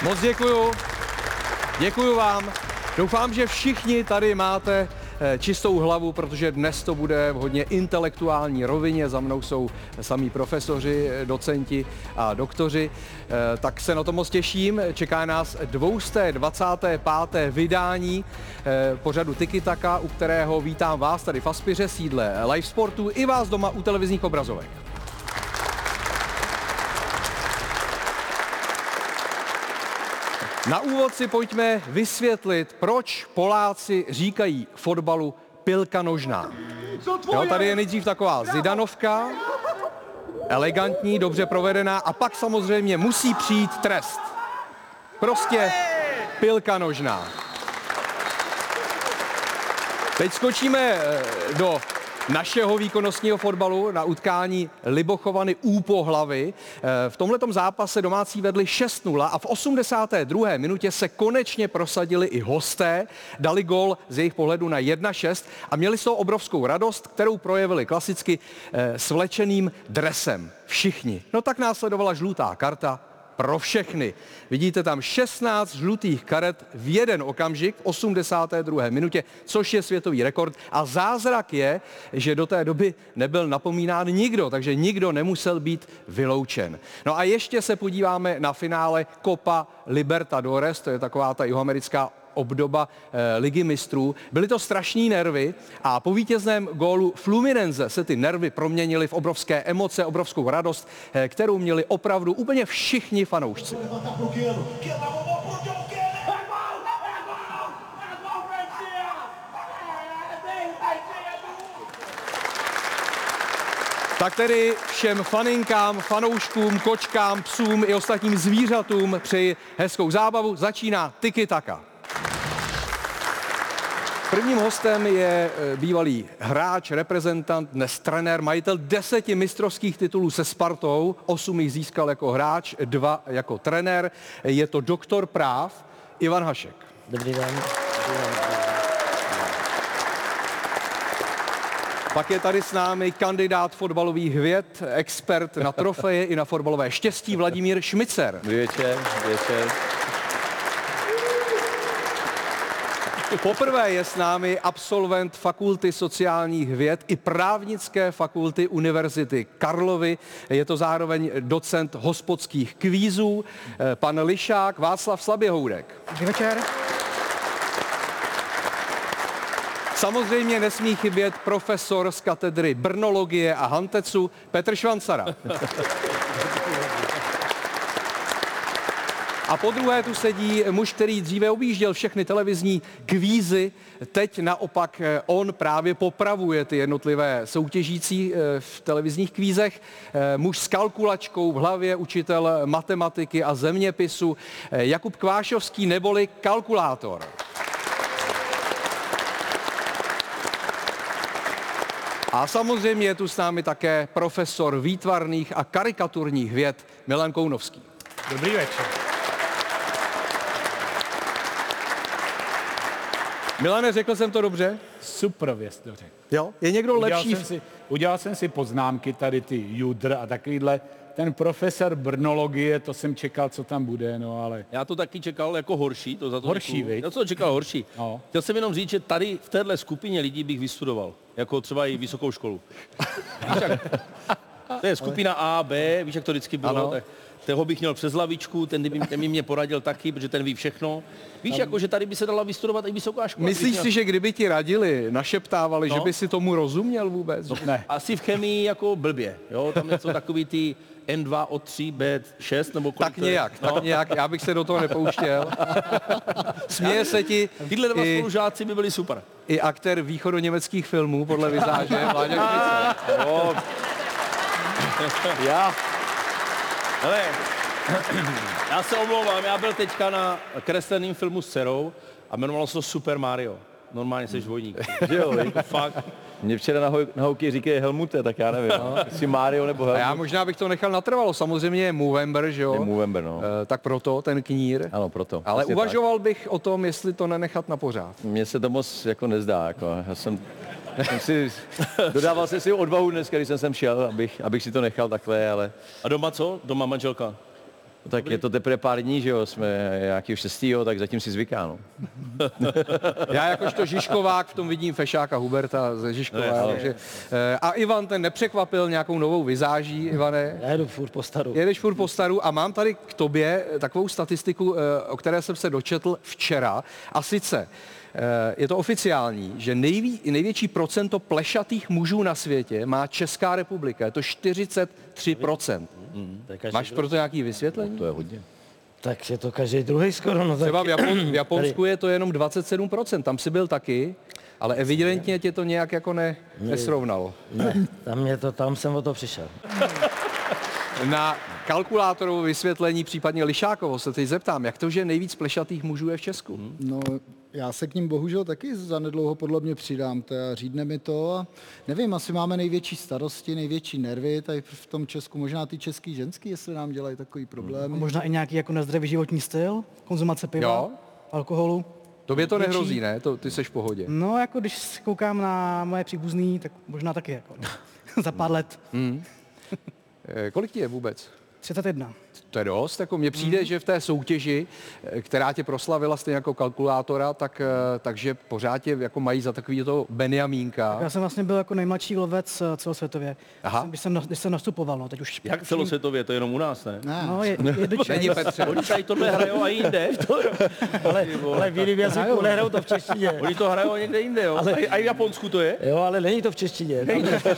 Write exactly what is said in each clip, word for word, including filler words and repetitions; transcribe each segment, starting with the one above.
Moc děkuju. Děkuju vám. Doufám, že všichni tady máte čistou hlavu, protože dnes to bude v hodně intelektuální rovině. Za mnou jsou samí profesoři, docenti a doktoři. Tak se na to moc těším. Čeká nás dvě stě dvacáté páté vydání pořadu Tiki Taka, u kterého vítám vás tady v Aspiře, sídle Live Sportu, i vás doma u televizních obrazovek. Na úvod si pojďme vysvětlit, proč Poláci říkají fotbalu pilka nožná. Jo, tady je nejdřív taková zidanovka, elegantní, dobře provedená, a pak samozřejmě musí přijít trest. Prostě pilka nožná. Teď skočíme do našeho výkonnostního fotbalu na utkání Libochovany Úpohlavy. V tomhletom zápase domácí vedli šest nula a v osmdesáté druhé minutě se konečně prosadili i hosté, dali gól z jejich pohledu na jedna šest a měli z toho obrovskou radost, kterou projevili klasicky s vlečeným dresem. Všichni. No tak následovala žlutá karta pro všechny. Vidíte tam šestnáct žlutých karet v jeden okamžik v osmdesáté druhé minutě, což je světový rekord. A zázrak je, že do té doby nebyl napomínán nikdo, takže nikdo nemusel být vyloučen. No a ještě se podíváme na finále Copa Libertadores, to je taková ta jihoamerická obdoba eh, Ligy mistrů. Byly to strašní nervy a po vítězném gólu Fluminense se ty nervy proměnily v obrovské emoce, obrovskou radost, eh, kterou měli opravdu úplně všichni fanoušci. Tak tedy všem faninkám, fanouškům, kočkám, psům i ostatním zvířatům přeji hezkou zábavu. Začíná Tiki Taka. Prvním hostem je bývalý hráč, reprezentant, dnes trenér, majitel deseti mistrovských titulů se Spartou. Osm jich získal jako hráč, dva jako trenér. Je to doktor práv Ivan Hašek. Dobrý den. Pak je tady s námi kandidát fotbalových věd, expert na trofeje i na fotbalové štěstí Vladimír Šmicer. Dobrý večer, dobrý večer. Poprvé je s námi absolvent Fakulty sociálních věd i právnické fakulty Univerzity Karlovy. Je to zároveň docent hospodských kvízů, pan Lišák Václav Slaběhoudek. Dobrý večer. Samozřejmě nesmí chybět profesor z katedry brnologie a hantecu Petr Švancara. A po druhé tu sedí muž, který dříve objížděl všechny televizní kvízy, teď naopak on právě popravuje ty jednotlivé soutěžící v televizních kvízech. Muž s kalkulačkou v hlavě, učitel matematiky a zeměpisu, Jakub Kvášovský neboli kalkulátor. A samozřejmě je tu s námi také profesor výtvarných a karikaturních věd Milan Kounovský. Dobrý večer. Milane, řekl jsem to dobře? Super věc, dobře. Jo? Je někdo Udělal lepší? jsem, si, udělal jsem si poznámky, tady ty judr a takovýhle. Ten profesor brnologie, to jsem čekal, co tam bude, no ale... Já to taky čekal jako horší, to za to Horší, děkuju. viď? Já to čekal horší. No. Chtěl jsem jenom říct, že tady v téhle skupině lidí bych vystudoval, jako třeba i vysokou školu. Víš, jak, to je skupina A, B, víš, jak to vždycky bylo, Ano. tak toho bych měl přes hlavičku, ten by, ten by mě poradil taky, protože ten ví všechno. Víš, jako, že tady by se dala vystudovat i vysoká škola. Myslíš měl... si, že kdyby ti radili, našeptávali, No. že by si tomu rozuměl vůbec? No, Ne. asi v chemii jako blbě, jo, tam jsou takový ty N dva O tři B šest nebo kolik Tak to je. nějak, No. tak nějak, já bych se do toho nepouštěl. Směje se ti Tyhle dva i, spolužáci by byli super. i aktér východoněmeckých filmů podle vizáže Vláďa Šmicer. Jo. Já. Hele, já se omlouvám, já byl teďka na kresleným filmu s dcerou a jmenovalo se to Super Mario. Normálně jsi dvojník. Jo, Jako fakt. mě včera na, hoj, na hokej říkají Helmute, tak já nevím, no. Jestli Mario nebo A Helmut. já možná bych to nechal natrvalo, samozřejmě je Movember, že jo? Je Movember, no. E, tak proto ten knír. Ano, proto. Ale Vlastně uvažoval bych o tom, jestli to nenechat na pořád. tak. Mně se to moc jako nezdá, jako. Já jsem, jsem si, dodával jsem si odvahu dneska, když jsem sem šel, abych, abych si to nechal takhle, ale A doma co? Doma manželka? No, tak je to teprve pár dní, že jo, jsme nějakého šestýho, tak zatím si zvyká, no. Já jakožto Žižkovák v tom vidím Fešáka Huberta ze Žižkova. No, takže, eh, a Ivan ten nepřekvapil nějakou novou vizáží, Ivane? Já jedu furt po staru. Jedeš furt po staru a mám tady k tobě takovou statistiku, eh, o které jsem se dočetl včera. A sice eh, je to oficiální, že nejví, největší procento plešatých mužů na světě má Česká republika. Je to čtyřicet tři procent. To je každý Máš druhý. pro to nějaký vysvětlení? To je hodně. Tak je to každý druhý skoro. No, tak... Třeba v, Japon, v Japonsku je to jenom dvacet sedm procent. Tam si byl taky, ale evidentně tě to nějak jako ne, nesrovnalo. Ne, tam, mě to, tam jsem o to přišel. Na kalkulátoru vysvětlení, případně Lišákovo, se teď zeptám, jak to, že nejvíc plešatých mužů je v Česku? No, já se k ním bohužel taky zanedlouho podle mě přidám, to já řídne mi to a nevím, asi máme největší starosti, největší nervy tady v tom Česku, možná ty český ženský, jestli nám dělají takový problémy. Možná i nějaký jako nezdravý životní styl, konzumace piva, Jo. alkoholu. Tobě to Větší. nehrozí, ne? To, ty seš v pohodě. No, jako když se koukám na moje příbuzný, tak možná taky jako. Za pár let. Eh, Kolik ti je vůbec? třicet jedna. To je dost. Jako mně přijde, že v té soutěži, eh, která tě proslavila stejně jako kalkulátora, tak, eh, takže pořád tě jako mají za takový to Benjamínka. Já jsem vlastně byl jako nejmladší lovec eh, celosvětově. Aha. Když jsem, když jsem nastupoval, no, teď už... Jak celosvětově, to je jenom u nás, ne? Ne, No, je, je do Není Petře. Oni tady tohle hrajou a jinde. Ale, ale v jiném jazyku nehrajou to v češtině. Oni to hrajou někde jinde, jo. Ale- A i v Japonsku to je. Jo, ale není to v češtině.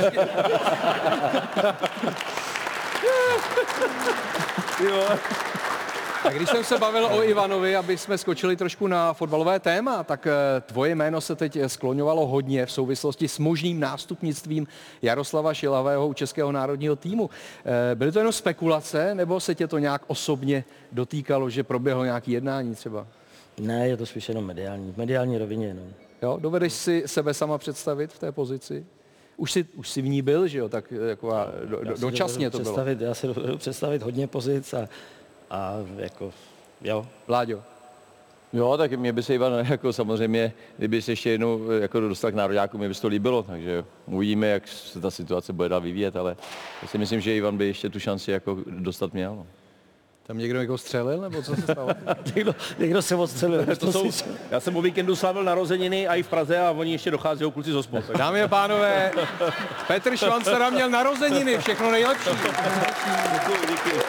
Jo. A když jsem se bavil o Ivanovi, aby jsme skočili trošku na fotbalové téma, tak eh, tvoje jméno se teď skloňovalo hodně v souvislosti s možným nástupnictvím Jaroslava Šilavého u českého národního týmu. Eh, Byly to jenom spekulace, nebo se tě to nějak osobně dotýkalo, že proběhlo nějaké jednání třeba? Ne, je to spíš jenom mediální, v mediální rovině. No. Jo? Dovedeš si sebe sama představit v té pozici? Už jsi, už jsi v ní byl, že jo? Tak eh, jako a do, Já do, si dočasně dovedu to bylo. představit, Já si dovedu představit hodně pozic a, a jako, jo. Vláďo. Jo, tak mě by se Ivan, jako samozřejmě, kdyby se ještě jednou jako dostal k nároďáku, mě by se to líbilo, takže uvidíme, jak se ta situace bude dál vyvíjet, ale já si myslím, že Ivan by ještě tu šanci jako dostat měl. No. Tam někdo jako střelil, nebo co se stalo? Někdo, někdo se odstřelil. To jsou, já jsem o víkendu slavil narozeniny a i v Praze a oni ještě docházejí kluci z hospod. tak- Dámy a pánové, Petr Švancera měl narozeniny, všechno nejlepší. Děkuji, děkuji.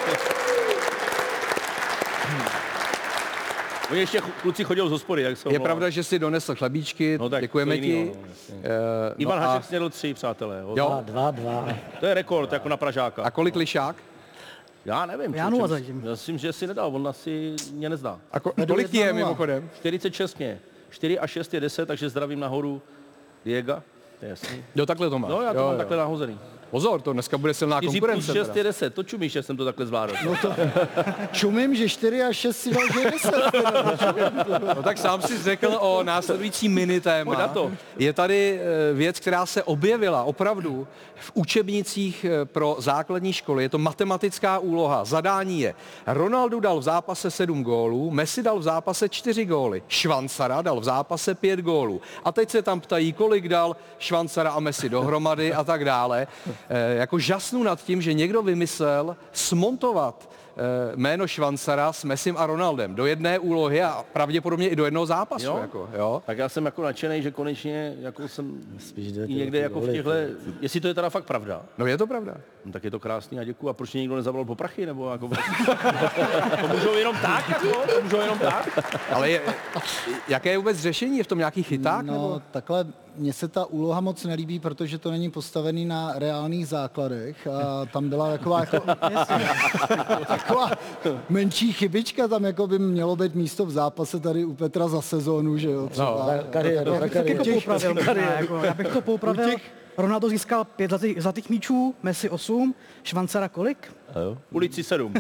Oni ještě kluci chodí z hospody, jak se Je pravda, že si donesl chlebíčky, No tak děkujeme to ti. jinýho, no, jasně. Eh, Ivan no a, Hašek snědl tři, přátelé. Jo. Jo. Dva, dva. To je rekord, jako na Pražáka. a kolik lišák? Já nevím. Já čo- nula čem- zatím. Já myslím, že si nedal, on asi mě nezná. A ko, Vedu kolik ti je jedna nula. mimochodem? čtyřicet šest mě. čtyři a šest je deset, takže zdravím nahoru Diega. To je jasný. Jo, takhle to máš. No, já to jo, mám jo. takhle nahozený. Pozor, to dneska bude silná čtyři plus konkurence. šest teda. je deset, to čumíš, že jsem to takhle zvládl. no to čumím, že čtyři a šest si dal, že je deset. No tak sám si řekl o následující mini téma. Pojď na to. Je tady eh, věc, která se objevila opravdu v učebnicích eh, pro základní školy. Je to matematická úloha. Zadání je: Ronaldo dal v zápase sedm gólů, Messi dal v zápase čtyři góly, Švancara dal v zápase pět gólů. A teď se tam ptají, kolik dal Švancara a Messi dohromady a tak dále. Eh, jako žasnu nad tím, že někdo vymyslel smontovat eh, jméno Švancara s Messim a Ronaldem do jedné úlohy a pravděpodobně i do jednoho zápasu. Jo? Jako, jo? Tak já jsem jako nadšený, že konečně jako jsem Spíš jde i ty- někde ty jako v góly, těchto, jestli to je teda fakt pravda, No je to pravda. no, tak je to krásný a děkuju. A proč mě nikdo nezavolal po prachy, nebo jako... to můžou jenom tak, jako? To můžou jenom tak? Ale je, jaké je vůbec řešení? Je v tom nějaký chyták? No, Nebo? takhle mně se ta úloha moc nelíbí, protože to není postavený na reálných základech a tam byla taková, jako, taková menší chybička, tam jako by mělo být místo v zápase tady u Petra za sezónu, že jo, třeba. Za kariéru, za Tak kariéru. jako poupravil, možná, jako, já bych to poupravil. Ronaldo získal pět zlatých, zlatých míčů, Messi osm, Švancara kolik? Ulici sedm.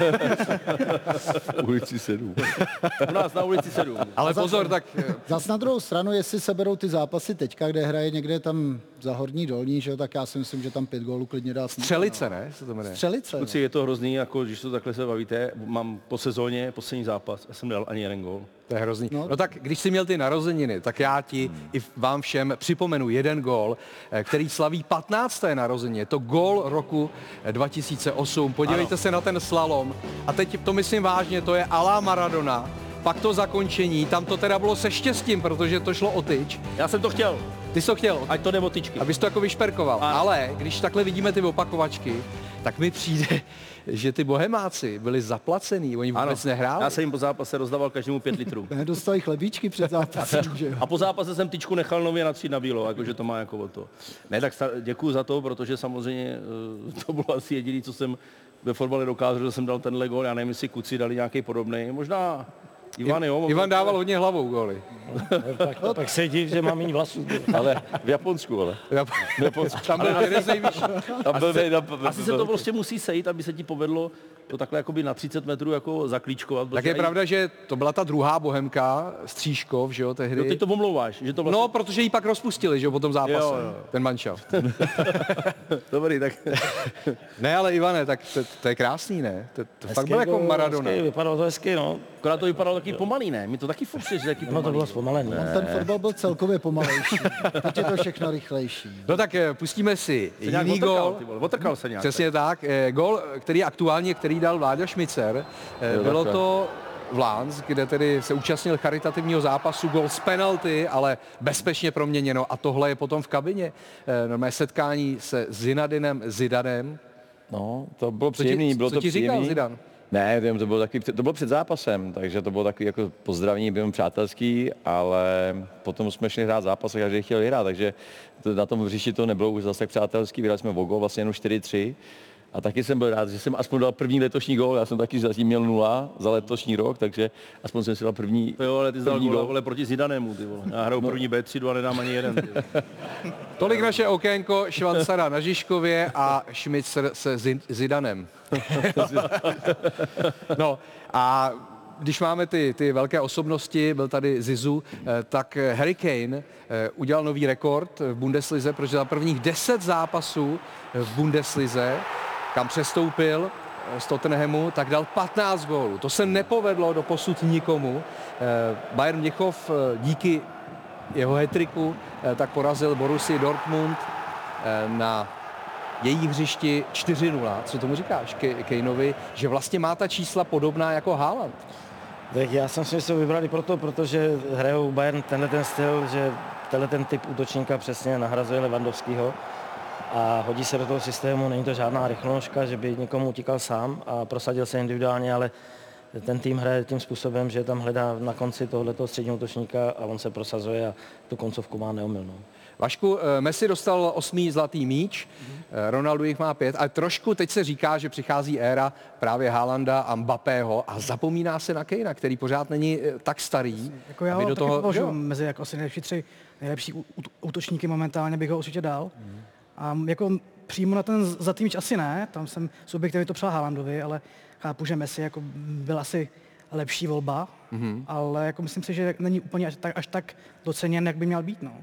Ulici sedm. U nás na ulici sedm. Ale pozor, tak eh, Zas na druhou stranu, jestli se berou ty zápasy teďka, kde hraje někde tam za Horní Dolní, že jo, tak já si myslím, že tam pět gólů klidně dá. Střelice, ne? Se to jmenuje. Střelice. No. Kluci, je to hrozný, jako když to takhle se bavíte, mám po sezóně poslední zápas, já jsem nedal ani jeden gól. To je hrozný. No. No. no tak, když jsi měl ty narozeniny, tak já ti hmm. i vám všem připomenu jeden gól, který slaví patnácté narozeniny. Je to gól roku dva tisíce osm. Podívejte ano. se na ten slalom. A teď to myslím vážně, to je à la Maradona. Pak to zakončení, tam to teda bylo se štěstím, protože to šlo o tyč. Já jsem to chtěl, Ty jsi to chtěl, ať to jde o tyčky. abys to jako vyšperkoval. Ano. Ale když takhle vidíme ty opakovačky, tak mi přijde, že ty bohemáci byli zaplacený, oni vůbec nehráli. Já jsem jim po zápase rozdával každému pět litrů. Nedostali chlebíčky před zápasem, že jo. A po zápase jsem tyčku nechal nově natřít na bílo, jakože to má jako o to. Ne, tak sta- děkuju za to, protože samozřejmě eh, to bylo asi jediné, co jsem ve fotbale dokázal, že jsem dal tenhle gól. Já nevím, jestli kluci dali nějaký podobný. Možná Ivan, jo. Ivan dával hodně hlavou góly. pak, pak se div, že mám méně vlasů. Ale v Japonsku, ale. V Japonsku. Tam byl jeden z nejvyšších. Tam byl Asi, asi se to prostě musí sejít, aby se ti povedlo to takhle jakoby na třicet metrů jako zaklíčkovat. Tak je pravda, že to byla ta druhá Bohemka, Stříškov, že jo, tehdy. Jo, ty to omlouváš, že to vlastně... No, protože ji pak rozpustili, že jo, po tom zápase, Jo, jo. ten manšaft. Dobrý, tak... Ne, ale Ivane, tak to, to je krásný, ne? To, to fakt bylo jako Maradona. Hezky, vypadalo to hezky, no. Akorát to vypadalo taky pomalý, ne? Mi to taky furt přijde, že taky No pomalý. to bylo zpomalený. Ten fotbal byl celkově pomalejší. Teď je to všechno rychlejší. No tak eh, pustíme si Se nějak jiný otrkal, gól. ty vole, otrkal se nějak. Přesně tak. Eh, Gól, který aktuálně, který dal Vláďa Šmicer, eh, Jo, bylo takhle. to v Lans, kde tedy se účastnil charitativního zápasu, gól z penalty, ale bezpečně proměněno. A tohle je potom v kabině. Eh, normálně setkání se Zinadinem Zidanem. No, to bylo Co příjemný, ti, bylo co to ti říkal příjemný. Zidan? Ne, to bylo, taky, to bylo před zápasem, takže to bylo takový jako pozdravní, byl přátelský, ale potom jsme šli hrát zápas a každý chtěl vyhrát, takže to, na tom hřišti to nebylo už zase tak přátelský, vyhrali jsme o gól, vlastně jenom čtyři tři. A taky jsem byl rád, že jsem aspoň dal první letošní gól, já jsem taky zatím měl nula za letošní rok, takže aspoň jsem si dal první, To jo, ale ty jsi dal první góla, gól. vole, proti Zidanemu, ty vole. Já hraju první bé tři, dva, nedám ani jeden. Ty vole. Tolik naše okénko, Švancara na Žižkově a Šmicer se Zi- Zidanem. No a když máme ty, ty velké osobnosti, byl tady Zizu, eh, tak Harry Kane eh, udělal nový rekord v Bundeslize, protože za prvních deset zápasů v Bundeslize, kam přestoupil eh, z Tottenhamu, tak dal patnáct gólů. To se nepovedlo do posud nikomu. Eh, Bayern Mnichov eh, díky jeho hat-tricku eh, tak porazil Borussii Dortmund eh, na jejich hřišti čtyři nula. Co tomu říkáš, Ke- Kaneovi, že vlastně má ta čísla podobná jako Haaland? Tak já jsem si myslel vybrali proto, protože hrajou Bayern tenhle ten styl, že tenhle ten typ útočníka přesně nahrazuje Lewandowskýho a hodí se do toho systému, není to žádná rychlonožka, že by někomu utíkal sám a prosadil se individuálně, ale ten tým hraje tím způsobem, že tam hledá na konci tohoto středního útočníka a on se prosazuje a tu koncovku má neomylnou. Vašku, eh, Messi dostal osmý zlatý míč, eh, Ronaldo jich má pět, ale trošku teď se říká, že přichází éra právě Haalanda a Mbappého a zapomíná se na Kanea, který pořád není eh, tak starý. Jako já aby ho do taky toho- považuji jo. mezi jako asi nejlepší tři nejlepší ú- ú- útočníky momentálně bych ho určitě dal. A jako přímo na ten zlatý míč asi ne, tam jsem subjektivně to přál Haalandovi, ale chápu, že Messi jako byl asi lepší volba, mm-hmm. ale jako myslím si, že není úplně až tak, až tak doceněn, jak by měl být. No.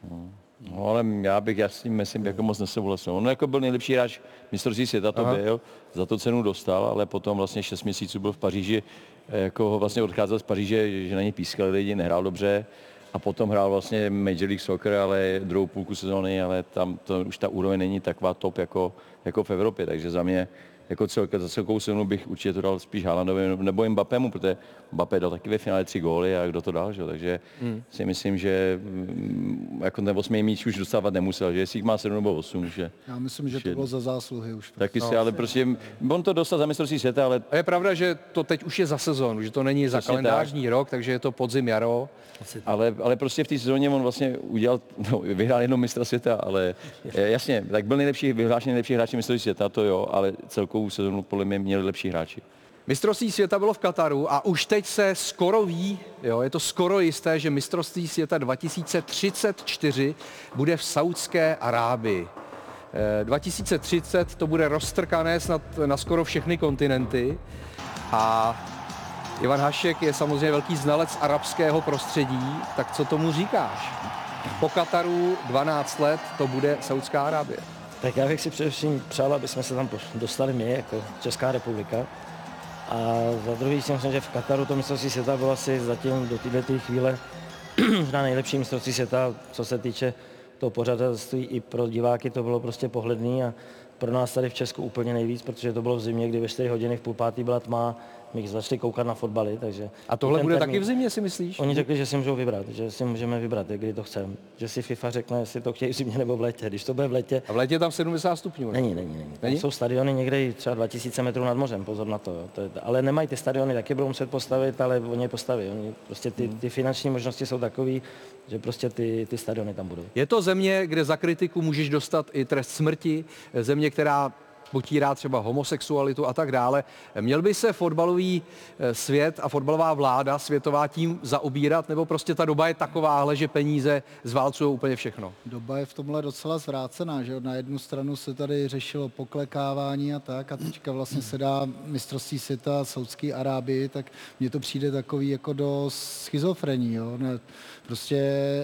No, ale já bych, já s tím Messi jako moc nesouhlasil. On jako byl nejlepší hráč mistrovství světa, to Aha. byl, za to cenu dostal, ale potom vlastně šest měsíců byl v Paříži, eh, jako ho vlastně odcházel z Paříže, že na něj pískali lidi, nehrál dobře. A potom hrál vlastně Major League Soccer, ale druhou půlku sezóny, ale tam to, už ta úroveň není taková top jako, jako v Evropě, takže za mě jako celka, za celkou sezónu bych určitě to dal spíš Haalandovi nebo Mbappému, protože Mbappé dal taky ve finále tři góly a kdo to dal, že? Takže hmm. si myslím, že mm, jako ten osmý míč už dostávat nemusel, že jestli jich má sedm nebo osm, že Já myslím, že už to je- bylo za zásluhy už. taky si, ale prostě on to dostal za mistrovství světa, ale A je pravda, že to teď už je za sezónu, že to není za Přesně kalendářní rok, takže je to podzim, jaro. Ale, ale prostě v té sezóně on vlastně udělal, no, vyhrál jenom mistra světa, ale eh, jasně, tak byl nejlepší, vyhlášený nejlepší hráč mistrovství světa, to jo, ale celkovou sezónu podle mě měli lepší hráči. Mistrovství světa bylo v Kataru a už teď se skoro ví, jo, je to skoro jisté, že mistrovství světa dva tisíce třicet čtyři bude v Saudské Arábii. Eh, dva tisíce třicet to bude roztrkané snad na skoro všechny kontinenty a Ivan Hašek je samozřejmě velký znalec arabského prostředí, tak co tomu říkáš? Po Kataru dvanáct let to bude Saudská Arábie. Tak já bych si především přál, aby jsme se tam dostali my, jako Česká republika. A za druhý si myslím, že v Kataru to mistrovství světa bylo asi zatím do této chvíle možná nejlepší mistrovství světa, co se týče toho pořadatelství. I pro diváky to bylo prostě pohledný a pro nás tady v Česku úplně nejvíc, protože to bylo v zimě, kdy ve čtyři hodiny v půl pátý byla tma, my začali koukat na fotbaly, takže... A tohle bude termín, taky v zimě, si myslíš? Oni řekli, že si můžou vybrat, že si můžeme vybrat, kdy to chceme. Že si FIFA řekne, jestli to chtějí v zimě nebo v létě. Když to bude v létě... A v létě tam sedmdesát stupňů, ne? Není, není, není. Není? Jsou stadiony někde i třeba dva tisíce metrů nad mořem, pozor na to. Jo. to je, ale nemají ty stadiony, taky budou muset postavit, ale oni je postaví. Oni, prostě ty, ty finanční možnosti jsou takové, že prostě ty, ty stadiony tam budou. Je to země, kde za kritiku můžeš dostat i trest smrti, země, která potírá třeba homosexualitu a tak dále. Měl by se fotbalový svět a fotbalová vláda světová tím zaobírat, nebo prostě ta doba je takováhle, že peníze zválcují úplně všechno? Doba je v tomhle docela zvrácená, že na jednu stranu se tady řešilo poklekávání a tak a teďka vlastně se dá mistrovství světa Saudské Arábii, tak mně to přijde takový jako do schizofrení, jo. Ne, prostě,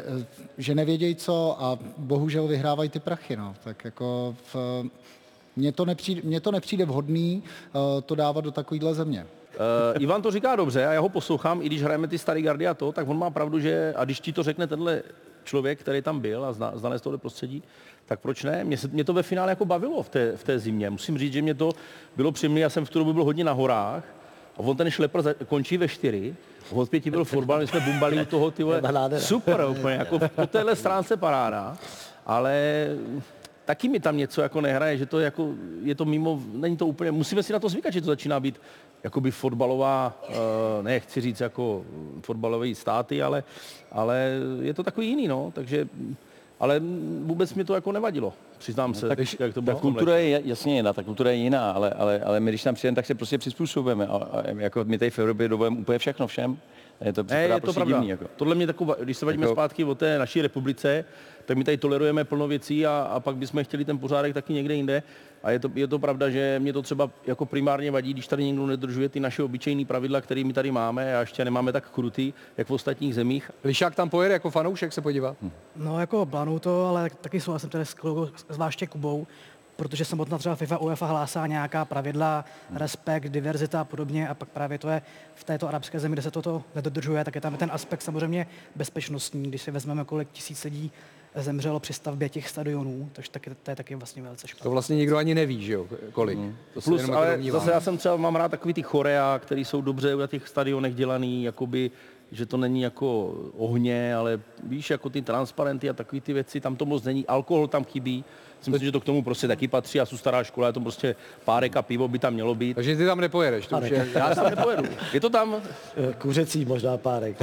že nevědějí co a bohužel vyhrávají ty prachy, no. Tak jako v, Mně to, nepřijde, mně to nepřijde vhodný uh, to dávat do takovýhle země. Uh, Ivan to říká dobře a já ho poslouchám, i když hrajeme ty starý gardy a to, tak on má pravdu, že a když ti to řekne tenhle člověk, který tam byl a zná, zná z tohle prostředí, tak proč ne? Mě, se, mě to ve finále jako bavilo v té, v té zimě. Musím říct, že mě to bylo příjemné, já jsem v tu dobu byl hodně na horách a on ten šlepr za, končí ve čtyři. Od pěti byl fotbal, my jsme bumbali u toho, ty vole, super úplně, jako po téhle stránce paráda, ale... Taky mi tam něco jako nehraje, že to je, jako, je to mimo, není to úplně, musíme si na to zvykat, že to začíná být jakoby fotbalová, ne, chci říct jako fotbalové státy, ale, ale je to takový jiný, no, takže, ale vůbec mi to jako nevadilo, přiznám se, tak, jak to bylo. Ta kultura je jasně jiná, ta kultura je jiná, ale, ale, ale my když tam přijdeme, tak se prostě přizpůsobujeme a, a jako my tady v Evropě dovolujeme úplně všechno všem. Je to, ne, je to prostě pravda. divný, jako. Tohle mě taková, když se vadíme jako... zpátky o té naší republice, tak my tady tolerujeme plno věcí a, a pak bychom chtěli ten pořádek taky někde jinde. A je to, je to pravda, že mě to třeba jako primárně vadí, když tady někdo nedržuje ty naše obyčejné pravidla, které my tady máme a ještě nemáme tak krutý, jak v ostatních zemích. Lišák tam pojede jako fanoušek se podívat? Hm. No jako plánuju to, ale taky souhlasím tady s kolegou, zvláště Kubou, protože samotná třeba FIFA, UEFA hlásá nějaká pravidla, respekt, diverzita a podobně a pak právě to je v této arabské zemi, kde se toto nedodržuje, tak je tam ten aspekt samozřejmě bezpečnostní, když si vezmeme, kolik tisíc lidí zemřelo při stavbě těch stadionů, takže taky, to je taky vlastně velice špatné. To vlastně nikdo ani neví, že jo, kolik. Hmm. To Plus, ale zase já jsem třeba, mám rád takový ty chorea, který jsou dobře na těch stadionech dělaný, jakoby, že to není jako ohně, ale víš, jako ty transparenty a takový ty věci, tam to moc není, alkohol tam chybí. Myslím, že to k tomu prostě taky patří, já jsem stará škola, je to prostě párek a pivo by tam mělo být. Takže ty tam nepojedeš, to už je... Já tam nepojedu. Je to tam? Kuřecí možná párek.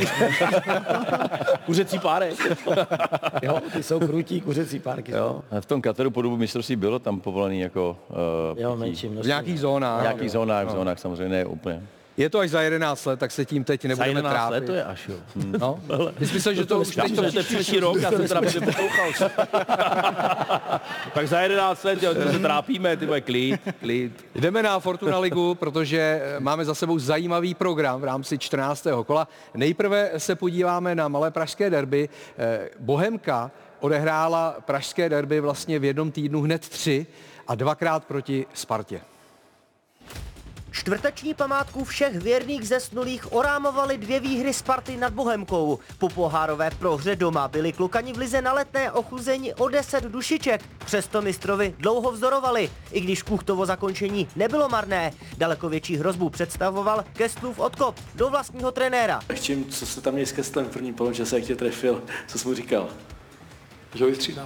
Kuřecí párek. Jo, ty jsou krutí kuřecí párky. Jo. A v tom Kataru po dobu mistrovství bylo tam povolený jako... Uh, jo, menší v nějakých zónách. V nějakých zónách, v zónách samozřejmě ne úplně. Je to až za jedenáct let, tak se tím teď nebudeme trápit. Za jedenáct let to je až, jo. Hmm. No. Ty jsi myslel, že to, to už teď to je příští rok, já jsem teda poslouchal. Tak za jedenáct let, jo, to se trápíme, ty bude klid, klid. Jdeme na Fortuna ligu, protože máme za sebou zajímavý program v rámci čtrnáctého kola. Nejprve se podíváme na malé pražské derby. Bohemka odehrála pražské derby vlastně v jednom týdnu hned tři a dvakrát proti Spartě. Čtvrteční památku všech věrných zesnulých orámovaly dvě výhry Sparty nad Bohemkou. Po pohárové prohře doma byli klukani v lize na Letné ochuzeni o deset dušiček. Přesto mistrovi dlouho vzdorovali. I když Kuchtovo zakončení nebylo marné, daleko větší hrozbu představoval Kestlův odkop do vlastního trenéra. Čím, co se tam měli s Kestlem v prvním poločase, jak tě trefil, co jsi mu říkal? Že ho vystřídám.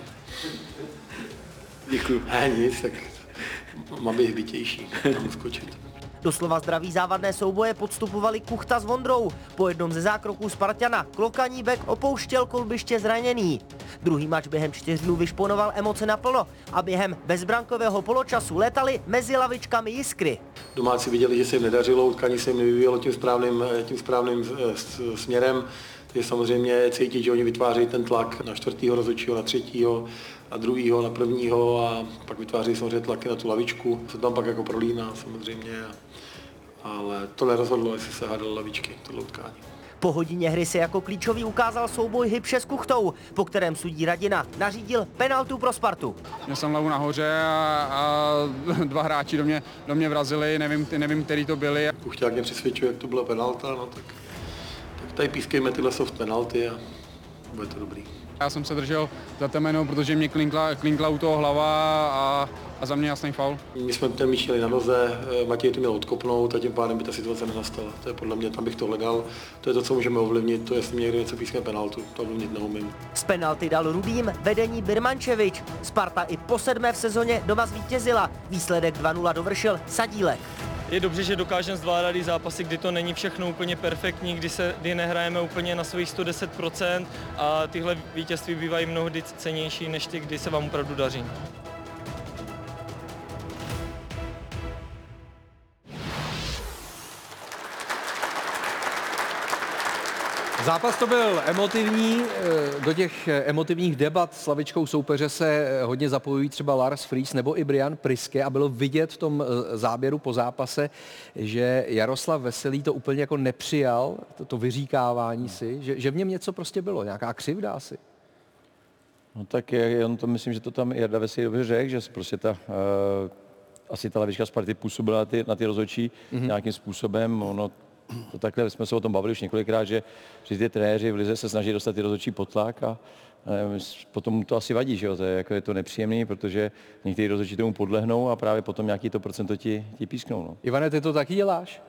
Děkuju. Ne, nic, tak mám být hbitější, mám skočit. Doslova zdraví závadné souboje podstupovali Kuchta s Vondrou. Po jednom ze zákroků Spartana Klokaníbek opouštěl kolbiště zraněný. Druhý mač během čtyř dnů vyšponoval emoce naplno a během bezbrankového poločasu letali mezi lavičkami jiskry. Domácí viděli, že se jim nedařilo, utkání se jim nevyvíjelo tím správným, tím správným směrem. Je samozřejmě cítit, že oni vytváří ten tlak na čtvrtýho rozhodčího, na třetího a druhýho, na prvního a pak vytváří samozřejmě tlaky na tu lavičku. Se tam pak jako prolíná samozřejmě, ale to nerozhodlo, jestli se hádalo lavičky, tohle utkání. Po hodině hry se jako klíčový ukázal souboj Hybše s Kuchtou, po kterém sudí Radina nařídil penaltu pro Spartu. Měl jsem hlavu nahoře a, a dva hráči do mě, do mě vrazili, nevím, nevím, který to byli. Kuchťák mě přesvědčuje, jak to byla penalta, no tak, tak tady pískejme tyhle soft penalty a bude to dobrý. Já jsem se držel za temeno, protože mě klinkla, klinkla u toho hlava a, a za mě jasný faul. My jsme ten míč měli na noze, Matěj to měl odkopnout a tím pádem by ta situace nenastala. To je podle mě, tam bych to hledal. To je to, co můžeme ovlivnit, to jestli mě někdo něco pískne penaltu, to ovlivnit neumím. Z penalty dal Rudým vedení Birmančevič. Sparta i po sedmé v sezóně doma zvítězila. Výsledek dva nula dovršil Sadílek. Je dobře, že dokážeme zvládat i zápasy, kdy to není všechno úplně perfektní, kdy, se, kdy nehrajeme úplně na svých sto deset procent a tyhle vítězství bývají mnohdy cennější než ty, kdy se vám opravdu daří. Zápas to byl emotivní, do těch emotivních debat s lavičkou soupeře se hodně zapojují třeba Lars Friis nebo i Brian Priske a bylo vidět v tom záběru po zápase, že Jaroslav Veselý to úplně jako nepřijal, to, to vyříkávání si, že, že v něm něco prostě bylo, nějaká křivda asi. No tak já to myslím, že to tam Jarda Veselý dobře řekl, že prostě ta, uh, asi ta lavička Sparty působila na ty, na ty rozhodčí mm-hmm. nějakým způsobem, ono to takhle jsme se o tom bavili už několikrát, že, že ty trenéři v lize se snaží dostat ty rozhodčí pod tlak a ne, potom to asi vadí, že jo, to je, jako je to nepříjemný, protože někteří rozhodčí tomu podlehnou a právě potom nějaký to procento ti, ti písknou. No. Ivane, ty to taky děláš?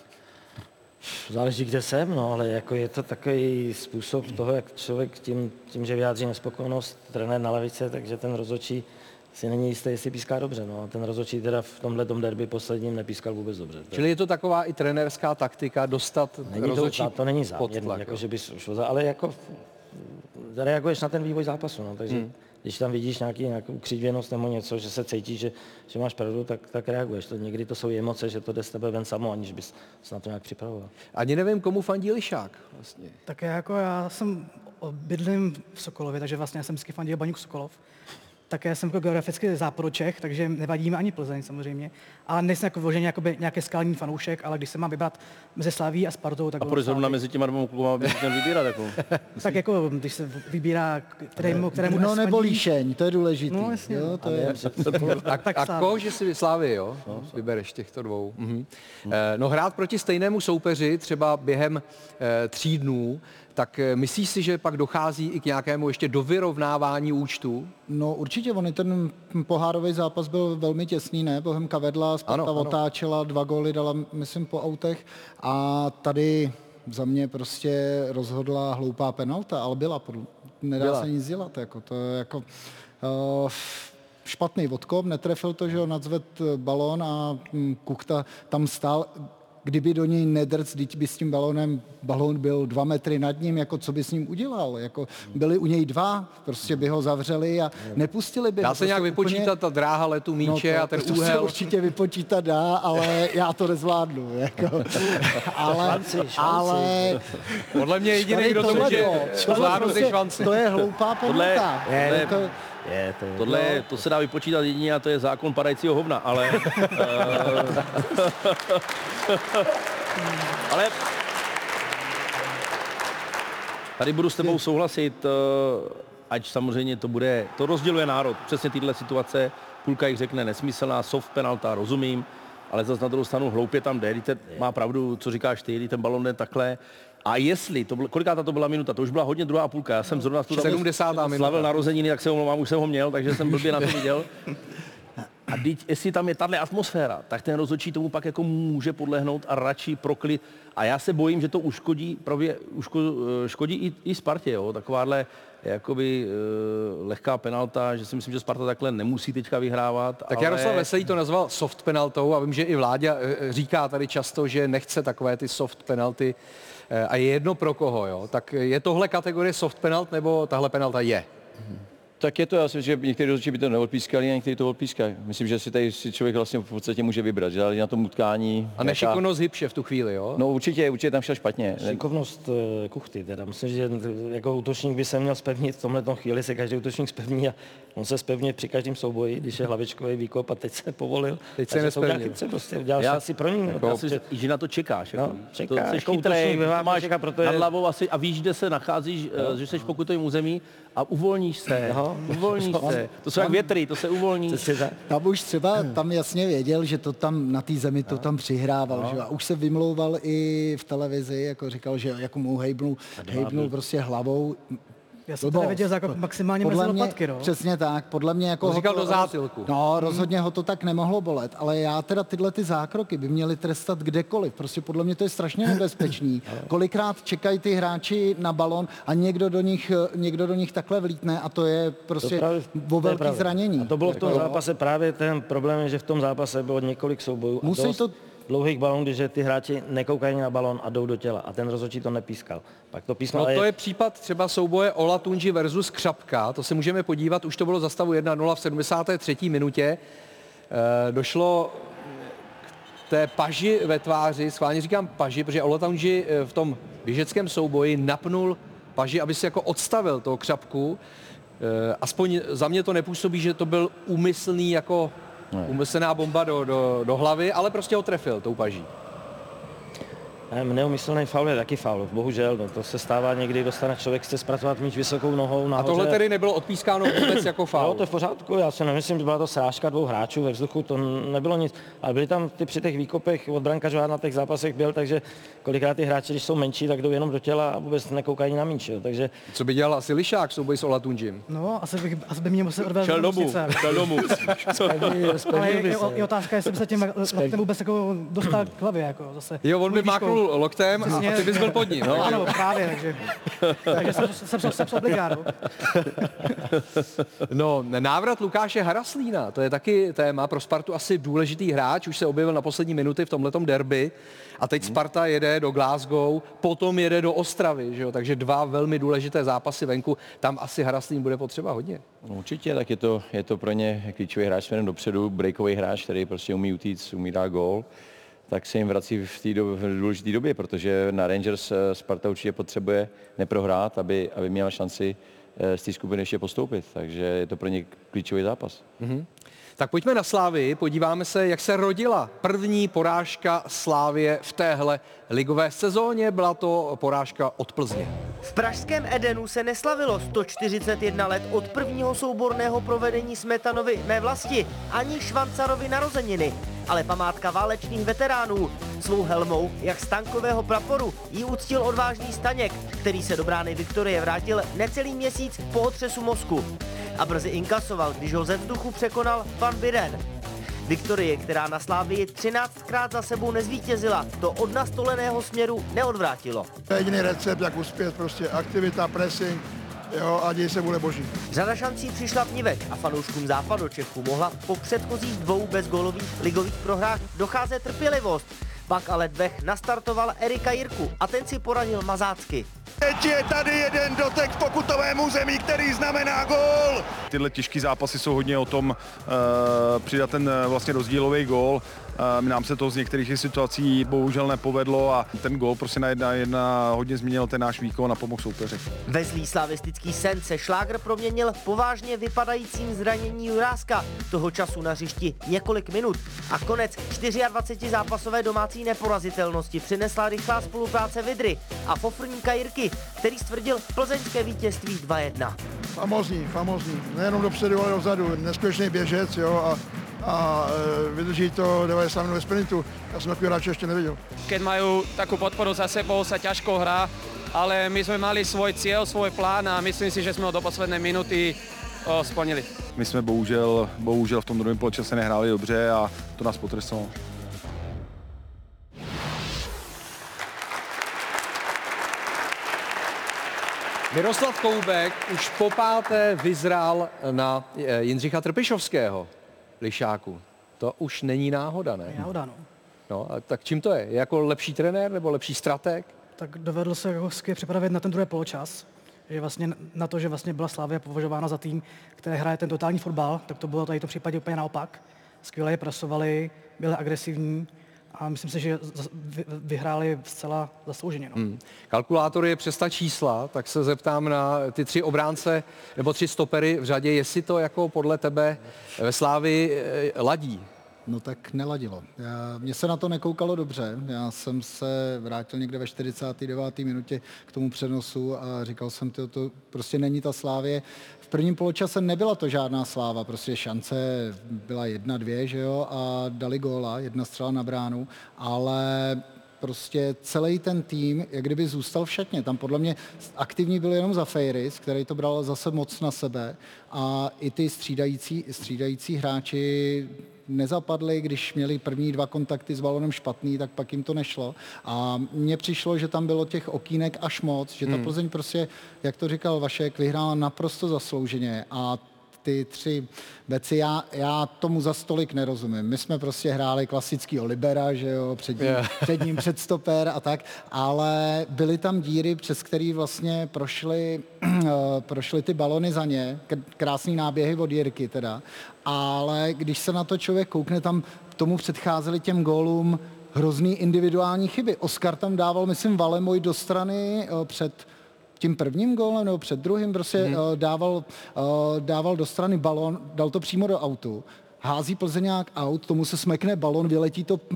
Záleží, kde jsem, no, ale jako je to takový způsob toho, jak člověk tím, tím že vyjádří nespokojenost, trenér na lavice, takže ten rozhodčí si není jistý, jestli píská dobře. No. Ten rozhodčí teda v tomhle derby posledním nepískal vůbec dobře. Čili je to taková i trenérská taktika dostat není rozhodčí to, to není pod záměrný, tlak, jako, že bys šlo za, ale jako reaguješ na ten vývoj zápasu. No. Takže hmm. když tam vidíš nějaký, nějakou ukřivěnost nebo něco, že se cítíš, že, že máš pravdu, tak, tak reaguješ. To, někdy to jsou emoce, že to jde z tebe ven samo, aniž bys se na to nějak připravoval. Ani nevím, komu fandí Lišák vlastně. Tak jako já jsem bydlím v Sokolově, takže vlastně já jsem vždycky fandil Baník Sokolov. Také jsem jako geograficky záporočech, takže nevadí mi ani Plzeň samozřejmě. Ale nejsem jako vložený nějaký skální fanoušek, ale když se mám vybrat mezi Slaví a Spartou, tak... A proč zrovna mezi těma dvěma klubama by se vybírat? Jako? Tak jako, když se vybírá, kterému, kterému no nebo Líšeň, to je důležitý. No jasně. Jo, to je... A, a koho, že si Slávy, jo? No, vybereš těchto dvou. Mhm. No hrát proti stejnému soupeři třeba během eh, tří dnů, tak myslíš si, že pak dochází i k nějakému ještě dovyrovnávání účtu? No určitě, on ten pohárový zápas byl velmi těsný, ne? Bohemka vedla, Sparta ano, ano. otáčela, dva góly dala, myslím, po autech a tady za mě prostě rozhodla hloupá penalta, ale byla, nedá byla. se nic dělat, jako to je jako... Uh, špatný odkop, netrefil to, že ho nadzved balón a Kuchta tam stál. Kdyby do něj nedrc, když by s tím balónem, balón byl dva metry nad ním, jako co by s ním udělal? Jako byli u něj dva, prostě by ho zavřeli a nepustili by dá ho. Dá se nějak vypočítat úplně... ta dráha letu míče no to, a ten to úhel? To se určitě vypočítat dá, ale já to nezvládnu. Jako. ale, šanci, šanci. ale... Podle mě jediný, kdo to může zvládnout ty švanci. To je hloupá penalta. Je, to je, Tohle je, to se dá vypočítat jedině a to je zákon padajícího hovna, ale... ale... Tady budu s tebou souhlasit, ať samozřejmě to bude... To rozděluje národ. Přesně tyhle situace, půlka jich řekne nesmyslná, soft penalta, rozumím, ale zase na druhou stranu hloupě tam jde, te, má pravdu, co říkáš ty, kdy ten balon jde takhle. A jestli, to byl, koliká to byla minuta, to už byla hodně druhá půlka, já jsem zrovna tu sedmdesátá slavil narozeniny, tak se omlouvám, už jsem ho měl, takže jsem blbě na to viděl. A teď, jestli tam je tahle atmosféra, tak ten rozhodčí tomu pak jako může podlehnout a radši proklit. A já se bojím, že to uškodí, právě uško, škodí i, i Spartě, jo? Takováhle jakoby uh, lehká penalta, že si myslím, že Sparta takhle nemusí teďka vyhrávat. Tak ale... Jaroslav Veselý to nazval soft penaltou a vím, že i Vláďa říká tady často, že nechce takové ty soft penalty a je jedno pro koho, jo? Tak je tohle kategorie soft penalt nebo tahle penalta je? Tak je to, já si myslím, že někteří rozhodčí by to neodpískali a někteří to odpískají. Myslím, že si tady si člověk vlastně v podstatě může vybrat, že ale na tom utkání. A nešikovnost Hybše v tu chvíli, jo? No určitě, určitě tam šel špatně. Šikovnost uh, Kuchty, teda myslím, že jako útočník by se měl zpevnit, v tomhle chvíli se každý útočník zpevní a on se zpevní při každém souboji, když je hlavičkový výkop a teď se povolil. Teď se nespevnil. Prostě udělal já, si pro ní. Jako, já si, že na to čekáš. Jako, no, čeká, to jsi jako chytrej, máš čeká, nad hlavou asi a víš, kde se nacházíš, no. že jsi v pokutovém území a uvolníš se. No. Uvolníš se. To jsou jak větry, to se uvolní. Tam už třeba tam jasně věděl, že to tam na té zemi to tam přihrával. No. Že? A už se vymlouval i v televizi, jako říkal, že jako mu hejbnul, hejbnul prostě hlavou. Já jsem tady viděl jako maximálně mezi lopatky, no. Přesně tak, podle mě jako... To říkal do zátilku. No, rozhodně ho to tak nemohlo bolet, ale já teda tyhle ty zákroky by měli trestat kdekoliv, prostě podle mě to je strašně nebezpečný. Kolikrát čekají ty hráči na balon a někdo do nich, někdo do nich takhle vlítne a to je prostě o velký zranění. A to bylo v tom zápase právě ten problém, že v tom zápase bylo několik soubojů a musí dost to dlouhých balonů, že ty hráči nekoukají na balon a jdou do těla a ten rozhodčí to nepískal. Pak to písmo, no to je... je případ třeba souboje Olatunji versus Křapka, to se můžeme podívat, už to bylo za stavu jedna nula v sedmdesáté třetí minutě. E, došlo k té paži ve tváři, schválně říkám paži, protože Olatunji v tom běžeckém souboji napnul paži, aby si jako odstavil toho Křapku. E, aspoň za mě to nepůsobí, že to byl úmyslný jako umyslná bomba do, do, do hlavy, ale prostě ho trefil tou paží. Neumyslný faul je taky faul, bohužel, no, to se stává někdy, dostane člověk, chce zpracovat míč vysokou nohou nahoře. A tohle tedy nebylo odpískáno vůbec jako faul? Jo, to je v pořádku, já si nemyslím, že byla to srážka dvou hráčů ve vzduchu, to nebylo nic, ale byli tam ty při těch výkopech, od brankařů na těch zápasech byl, takže kolikrát ty hráči, když jsou menší, tak jdou jenom do těla a vůbec nekoukají na míč, jo, takže... Co by dělal asi Lišák v souboji s Olatunjim? No, asi, bych, asi by mě musel odvést do nemocnice. Šel domů, Ale je, je otázka, jestli by se tím loktem vůbec jako dostal k hlavě, jako zase. Jo, on by máknul loktem a ty bys byl pod ním. No, ano, právě, takže, takže jsem, jsem, jsem, jsem obligáru. No, návrat Lukáše Haraslína, to je taky téma, pro Spartu asi důležitý hráč, už se objevil na poslední minuty v tomhletom derby a teď Sparta jede do Glasgow, potom jede do Ostravy, že jo? Takže dva velmi důležité zápasy venku, tam asi Haraslín bude potřeba hodně. No, určitě, tak je to, je to pro ně klíčový hráč směrem dopředu, breakový hráč, který prostě umí utíct, umí dát gól. Tak se jim vrací v té do, v důležité době, protože na Rangers Sparta určitě potřebuje neprohrát, aby, aby měla šanci z té skupiny ještě postoupit. Takže je to pro ně klíčový zápas. Mm-hmm. Tak pojďme na Slávii, podíváme se, jak se rodila první porážka Slávie v téhle ligové sezóně. Byla to porážka od Plzně. V pražském Edenu se neslavilo sto čtyřicet jedna let od prvního souborného provedení Smetanovy Mé vlasti ani Švancarovy narozeniny, ale památka válečných veteránů. Svou helmou, jak z tankového praporu, jí uctil odvážný Staněk, který se do brány Viktorie vrátil necelý měsíc po otřesu mozku. A brzy inkasoval, když ho ze vzduchu překonal Van Buren. Viktorie, která na Slávii třináctkrát za sebou nezvítězila, to od nastoleného směru neodvrátilo. To je jediný recept, jak uspět, prostě aktivita, pressing, jo, a děj se vůle boží. Řada šancí přišla vnivek a fanouškům Západočechů mohla po předchozích dvou bezgólových ligových prohrách docházet trpělivost. Pak ale dvech nastartoval Erika Jirku a ten si poradil mazácky. Teď je tady jeden dotek v pokutovém území, který znamená gól. Tyhle těžké zápasy jsou hodně o tom uh, přidat ten vlastně rozdílový gól. Uh, nám se to z některých situací bohužel nepovedlo a ten gól prostě na jedna, jedna hodně změnil ten náš výkon a pomohl soupeři. Vezlý slavistický sen se Šlágr proměnil povážně vypadajícím zranění Juráska. Toho času na hřišti několik minut a konec dvacetičtyřzápasové domácí neporazitelnosti přinesla rychlá spolupráce Vydry a Fofrníka Jirky, který stvrdil plzeňské vítězství dva jedna. Famózní, famózní. Nejenom dopředu, ale dozadu. Neskutečný běžec, jo, a a vydrží to devadesát minut ve sprintu. Já jsem takový hráče ještě neviděl. Keď majú takú podporu za sebou, sa ťažko hrá, ale my sme mali svoj cieľ, svoj plán a myslím si, že sme ho do poslednej minuty o, splnili. My jsme bohužel, bohužel v tom druhém poločase nehráli dobře a to nás potrestalo. Miroslav Koubek už po páté vyzrál na Jindřicha Trpišovského, Lišáku. To už není náhoda, ne? Náhoda, no. No, a tak čím to je? Je jako lepší trenér nebo lepší strateg? Tak dovedl se hezky připravit na ten druhý poločas. že vlastně na to, že vlastně byla Slavia považována za tým, který hraje ten totální fotbal, tak to bylo tady to v případě úplně naopak. Skvěle je pracovali, byli agresivní a myslím si, že vyhráli zcela zaslouženě. No. Hmm. Kalkulátor je přes ta čísla, tak se zeptám na ty tři obránce nebo tři stopery v řadě, jestli to jako podle tebe ve Slávii ladí. No tak neladilo. Já, mně se na to nekoukalo dobře. Já jsem se vrátil někde ve čtyřicáté deváté minutě k tomu přenosu a říkal jsem, to, to prostě není ta Slávie. V prvním poločase nebyla to žádná sláva, prostě šance byla jedna, dvě, že jo, a dali góla, jedna střela na bránu, ale prostě celý ten tým, jak kdyby zůstal v šatně. Tam podle mě aktivní byl jenom Zafeiris, který to bral zase moc na sebe a i ty střídající, střídající hráči nezapadli, když měli první dva kontakty s balonem špatný, tak pak jim to nešlo. A mně přišlo, že tam bylo těch okýnek až moc, že ta Hmm. Plzeň prostě, jak to říkal Vašek, vyhrála naprosto zaslouženě a ty tři beci, já, já tomu za stolik nerozumím. My jsme prostě hráli klasický Libera, že jo, před ním, Yeah. před ním předstoper a tak, ale byly tam díry, přes který vlastně prošly, prošly ty balony za ně, krásný náběhy od Jirky teda, ale když se na to člověk koukne, tam tomu předcházely těm gólům hrozný individuální chyby. Oskar tam dával, myslím, Valemoj do strany před tím prvním gólem nebo před druhým prostě hmm. dával, dával do strany balon, dal to přímo do autu, hází Plzeňák aut, tomu se smekne balon, vyletí to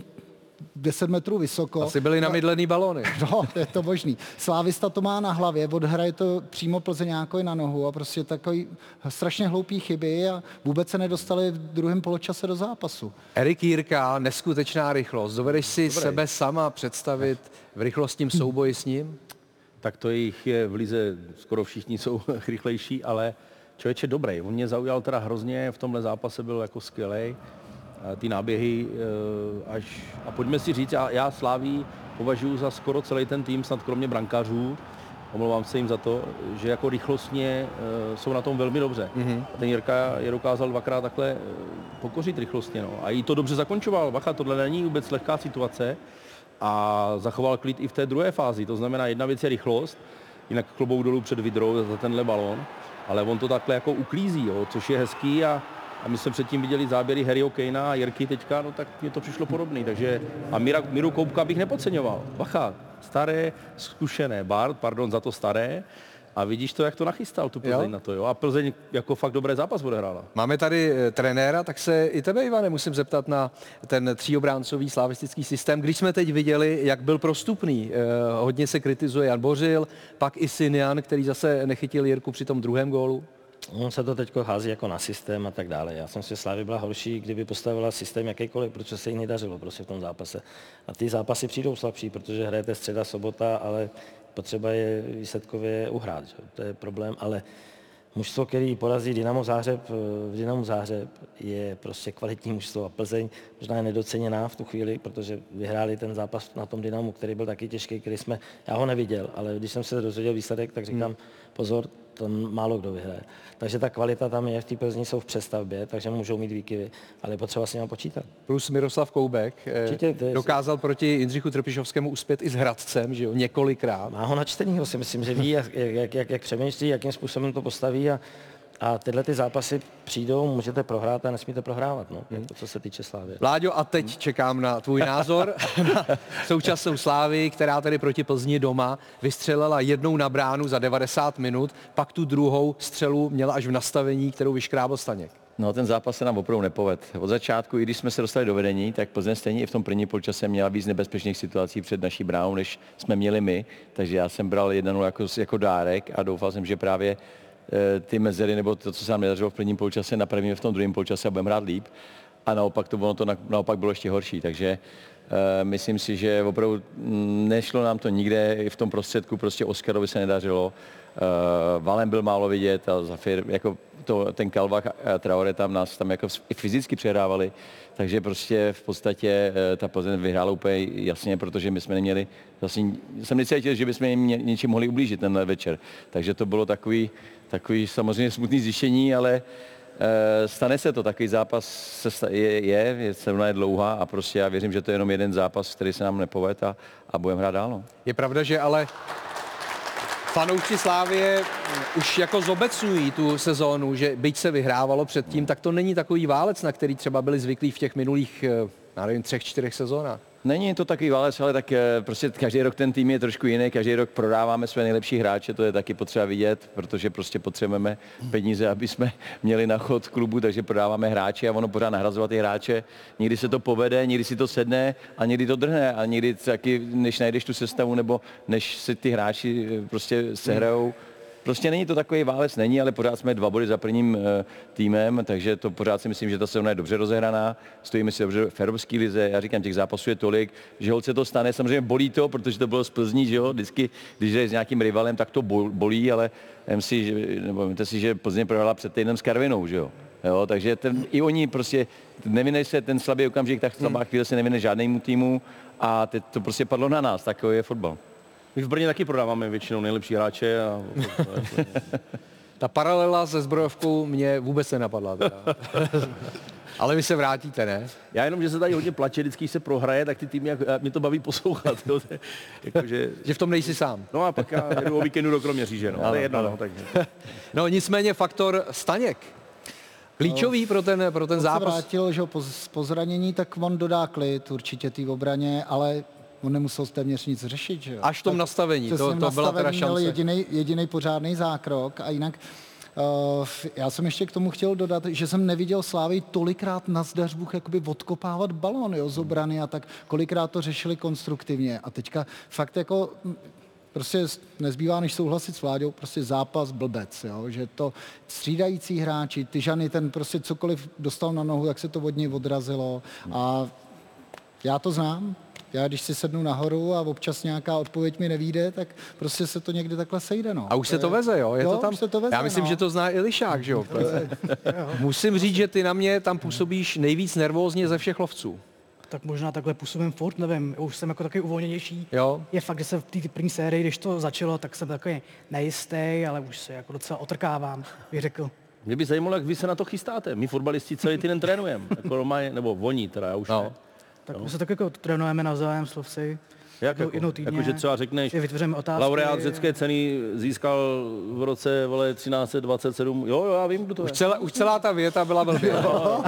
deset metrů vysoko. Asi byly namydlený balony. No, je to možný. Slávista to má na hlavě, odhraje to přímo Plzeňákovi na nohu a prostě takový strašně hloupý chyby a vůbec se nedostali v druhém poločase do zápasu. Erik Jirka, neskutečná rychlost. Dovedeš si Dobrý. sebe sama představit v rychlostním souboji s ním? Tak to jich je v lize, skoro všichni jsou rychlejší, ale člověk je dobrý. On mě zaujal teda hrozně, v tomhle zápase byl jako skvělej. A ty náběhy až... A pojďme si říct, já, já Slávii považuji za skoro celý ten tým, snad kromě brankářů, omlouvám se jim za to, že jako rychlostně jsou na tom velmi dobře. Mm-hmm. A ten Jirka je dokázal dvakrát takhle pokořit rychlostně. No. A i to dobře zakončoval. Bacha, tohle není vůbec lehká situace. A zachoval klid i v té druhé fázi. To znamená, jedna věc je rychlost, jinak klobouk dolů před Vidrou za tenhle balón, ale on to takhle jako uklízí, jo, což je hezký a, a my jsme předtím viděli záběry Harryho Kanea a Jirky teďka, no tak mně to přišlo podobný, takže a Mira, Miru Koubka bych nepodceňoval. Bacha, staré, zkušené, Bart, pardon za to staré, a vidíš to, jak to nachystal tu Plzeň jo? na to, jo. A Plzeň jako fakt dobré zápas odehrála. Máme tady e, trenéra, tak se i tebe, Ivane, musím zeptat na ten tříobráncový slavistický systém. Když jsme teď viděli, jak byl prostupný, e, hodně se kritizuje Jan Bořil, pak i Sinjan, který zase nechytil Jirku při tom druhém gólu. On se to teď hází jako na systém a tak dále. Já jsem si Slávy byla horší, kdyby postavila systém jakýkoliv, protože se jí nedařilo prostě v tom zápase. A ty zápasy přijdou slabší, protože hrajete středa, sobota, ale potřeba je výsledkově uhrát. Že? To je problém, ale mužstvo, který porazí Dynamo Záhřeb v Dynamu Záhřeb, je prostě kvalitní mužstvo a Plzeň možná je nedoceněná v tu chvíli, protože vyhráli ten zápas na tom Dynamu, který byl taky těžký, který jsme, já ho neviděl, ale když jsem se dozvěděl výsledek, tak říkám, pozor, to málo kdo vyhraje. Takže ta kvalita tam je, v té Plzni jsou v přestavbě, takže můžou mít výkyvy, ale je potřeba s nimi počítat. Plus Miroslav Koubek Určitě, je... dokázal proti Jindřichu Trpišovskému uspět i s Hradcem, že jo, několikrát. Má ho načtenýho, si myslím, že ví, jak, jak, jak, jak přemýšlí, jakým způsobem to postaví a, a tyhle ty zápasy přijdou, můžete prohrát a nesmíte prohrávat, no, hmm. to, co se týče Slávy. Láďo, a teď čekám na tvůj názor na současnou Slávy, která tedy proti Plzni doma vystřelila jednou na bránu za devadesát minut, pak tu druhou střelu měla až v nastavení, kterou vyškrábl Staněk. No, ten zápas se nám opravdu nepovedl. Od začátku, i když jsme se dostali do vedení, tak Plzeň stejně i v tom prvním poločase měla víc nebezpečných situací před naší bránou, než jsme měli my. Takže já jsem bral jedna nula jako, jako dárek a doufal jsem, že právě e, ty mezery nebo to, co se nám nedařilo v prvním poločase, napravíme v tom druhém poločase a budeme hrát líp. A naopak to, ono to na, naopak bylo ještě horší. Takže e, myslím si, že opravdu nešlo nám to nikde, i v tom prostředku prostě Oskarovi se nedařilo. E, Valem byl málo vidět a Zafir, jako to, ten Kalvach a Traore tam nás tam jako fyzicky přehrávali, takže prostě v podstatě ta Plzeň vyhrála úplně jasně, protože my jsme neměli, vlastně jsem necítil, že bychom jim něčím mohli ublížit tenhle večer. Takže to bylo takový, takový samozřejmě smutný zjištění, ale e, stane se to, takový zápas se je, je, je sezóna je dlouhá a prostě já věřím, že to je jenom jeden zápas, který se nám nepovede a, a budeme hrát dál. No. Je pravda, že ale Fanoušci Slávie už jako zobecňují tu sezónu, že byť se vyhrávalo předtím, tak to není takový válec, na který třeba byli zvyklí v těch minulých, já nevím, třech, čtyřech sezónách. Není to takový válec, ale tak prostě každý rok ten tým je trošku jiný, každý rok prodáváme své nejlepší hráče, to je taky potřeba vidět, protože prostě potřebujeme peníze, aby jsme měli na chod klubu, takže prodáváme hráče a ono pořád nahrazovat ty hráče. Někdy se to povede, někdy si to sedne a někdy to drhne a někdy taky, než najdeš tu sestavu nebo než si ty hráči prostě sehrajou. Prostě není to takový válec, není, ale pořád jsme dva body za prvním e, týmem, takže to pořád si myslím, že ta sezóna je dobře rozehraná, stojíme si dobře v evropské lize, já říkám, těch zápasů je tolik, že holce to stane, samozřejmě bolí to, protože to bylo z Plzní, že jo, vždycky, když jde s nějakým rivalem, tak to bolí, ale vem si, že, nebo vemte si, že Plzeň prohrála před týdnem s Karvinou, že jo. Jo, takže ten, i oni prostě nevynej se ten slabý okamžik, tak slabá chvíle se nevyne žádnému týmu a teď to prostě padlo na nás, takový je fotbal. My v Brně taky prodáváme většinou nejlepší hráče. A... Ta paralela se zbrojovkou mě vůbec nenapadla. Teda. Ale vy se vrátíte, ne? Já jenom, že se tady hodně plače, vždycky, když se prohraje, tak ty týmy, jak, mě to baví poslouchat. Jo, jako, že... že v tom nejsi sám. No a pak já jedu o víkendu do Kroměříže, no, ale jedno, no, takže. No nicméně faktor Staněk. Klíčový pro ten, pro ten zápas. Se vrátil, že po, po zranění, tak on dodá klid určitě té obraně, ale on nemusel téměř nic řešit, že jo? Až v tom tak nastavení, to, to byla teda šance. Jedinej, jedinej pořádný zákrok a jinak uh, já jsem ještě k tomu chtěl dodat, že jsem neviděl Slávy tolikrát na zdařbuch jakoby odkopávat balón, jo, z obrany a tak kolikrát to řešili konstruktivně a teďka fakt jako prostě nezbývá, než souhlasit s Vláďou, prostě zápas blbec, jo? Že to střídající hráči, Tyžany, ten prostě cokoliv dostal na nohu, tak se to od něj odrazilo a já to znám. Já když si sednu nahoru a občas nějaká odpověď mi nevyjde, tak prostě se to někdy takhle sejde. No. A už to se je... to veze, jo? Je jo, to tam... se to veze, Já myslím, no. že to zná i Lišák, že jo? Musím říct, že ty na mě tam působíš nejvíc nervózně ze všech lovců. Tak možná takhle působím furt, nevím, už jsem jako takový uvolněnější. Jo. Je fakt, že se v té první sérii, když to začalo, tak jsem takový nejistý, ale už se jako docela otrkávám, bych řekl. Mě by zajímalo, jak vy se na to chystáte. My fotbalisti celý týden trénujeme, jako Romaj, nebo oni teda, já už no. ne. Tak no. my se tak jako trénujeme navzájem slovci. Jak jako? Jednou týdně. Jakože třeba řekneš, otázky, laureát řecké ceny získal v roce vole, třináct set dvacet sedm. Jo, jo, já vím, kdo to už je. Celá, už celá ta věta byla blbě. Ano.